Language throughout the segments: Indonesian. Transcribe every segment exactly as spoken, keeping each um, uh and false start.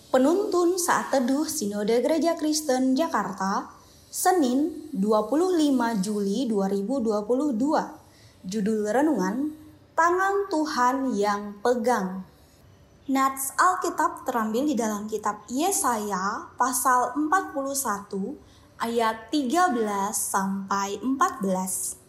Penuntun Saat Teduh Sinode Gereja Kristen Jakarta, Senin dua puluh lima Juli dua ribu dua puluh dua. Judul renungan, Tangan Tuhan yang Pegang. Nats Alkitab terambil di dalam kitab Yesaya pasal empat puluh satu ayat tiga belas sampai empat belas.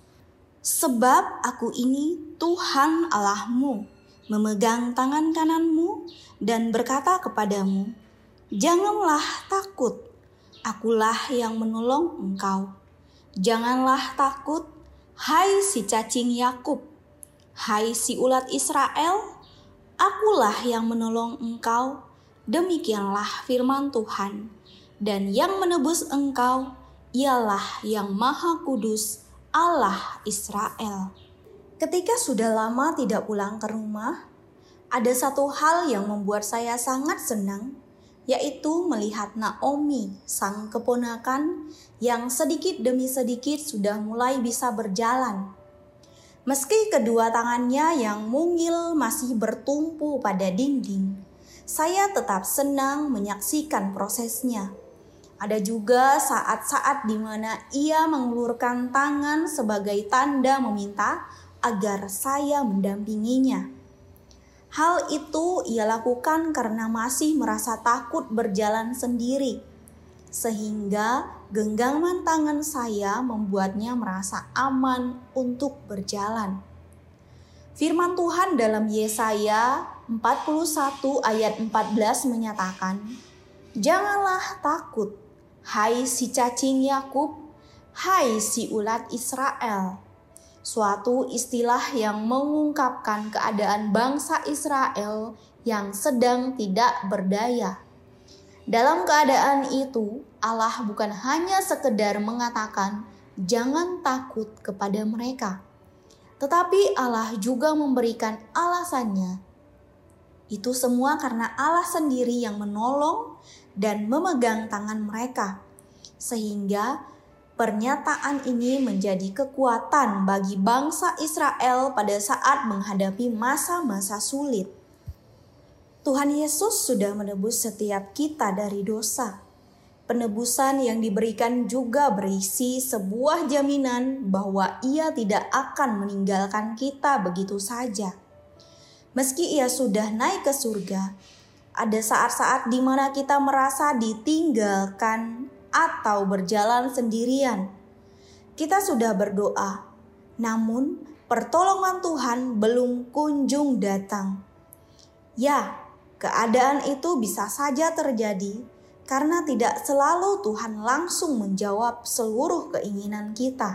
Sebab aku ini Tuhan Allahmu, memegang tangan kananmu dan berkata kepadamu, janganlah takut, akulah yang menolong engkau. Janganlah takut, hai si cacing Yakub, hai si ulat Israel, akulah yang menolong engkau. Demikianlah firman Tuhan, dan yang menebus engkau ialah yang Maha Kudus, Allah Israel. Ketika sudah lama tidak pulang ke rumah, ada satu hal yang membuat saya sangat senang, yaitu melihat Naomi, sang keponakan yang sedikit demi sedikit sudah mulai bisa berjalan. Meski kedua tangannya yang mungil masih bertumpu pada dinding, saya tetap senang menyaksikan prosesnya. Ada juga saat-saat di mana ia mengulurkan tangan sebagai tanda meminta agar saya mendampinginya. Hal itu ia lakukan karena masih merasa takut berjalan sendiri, sehingga genggaman tangan saya membuatnya merasa aman untuk berjalan. Firman Tuhan dalam Yesaya empat puluh satu ayat empat belas menyatakan, janganlah takut, hai si cacing Yakub, hai si ulat Israel. Suatu istilah yang mengungkapkan keadaan bangsa Israel yang sedang tidak berdaya. Dalam keadaan itu, Allah bukan hanya sekedar mengatakan jangan takut kepada mereka, tetapi Allah juga memberikan alasannya. Itu semua karena Allah sendiri yang menolong dan memegang tangan mereka, sehingga pernyataan ini menjadi kekuatan bagi bangsa Israel pada saat menghadapi masa-masa sulit. Tuhan Yesus sudah menebus setiap kita dari dosa. Penebusan yang diberikan juga berisi sebuah jaminan bahwa Ia tidak akan meninggalkan kita begitu saja. Meski Ia sudah naik ke surga, ada saat-saat di mana kita merasa ditinggalkan atau berjalan sendirian. Kita sudah berdoa, namun pertolongan Tuhan belum kunjung datang. Ya, keadaan itu bisa saja terjadi karena tidak selalu Tuhan langsung menjawab seluruh keinginan kita.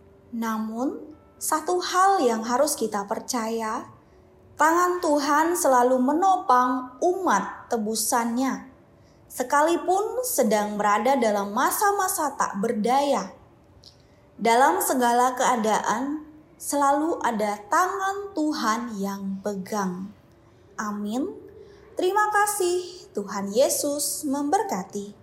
Namun, satu hal yang harus kita percaya, tangan Tuhan selalu menopang umat tebusannya, sekalipun sedang berada dalam masa-masa tak berdaya. Dalam segala keadaan, selalu ada tangan Tuhan yang pegang. Amin. Terima kasih, Tuhan Yesus memberkati.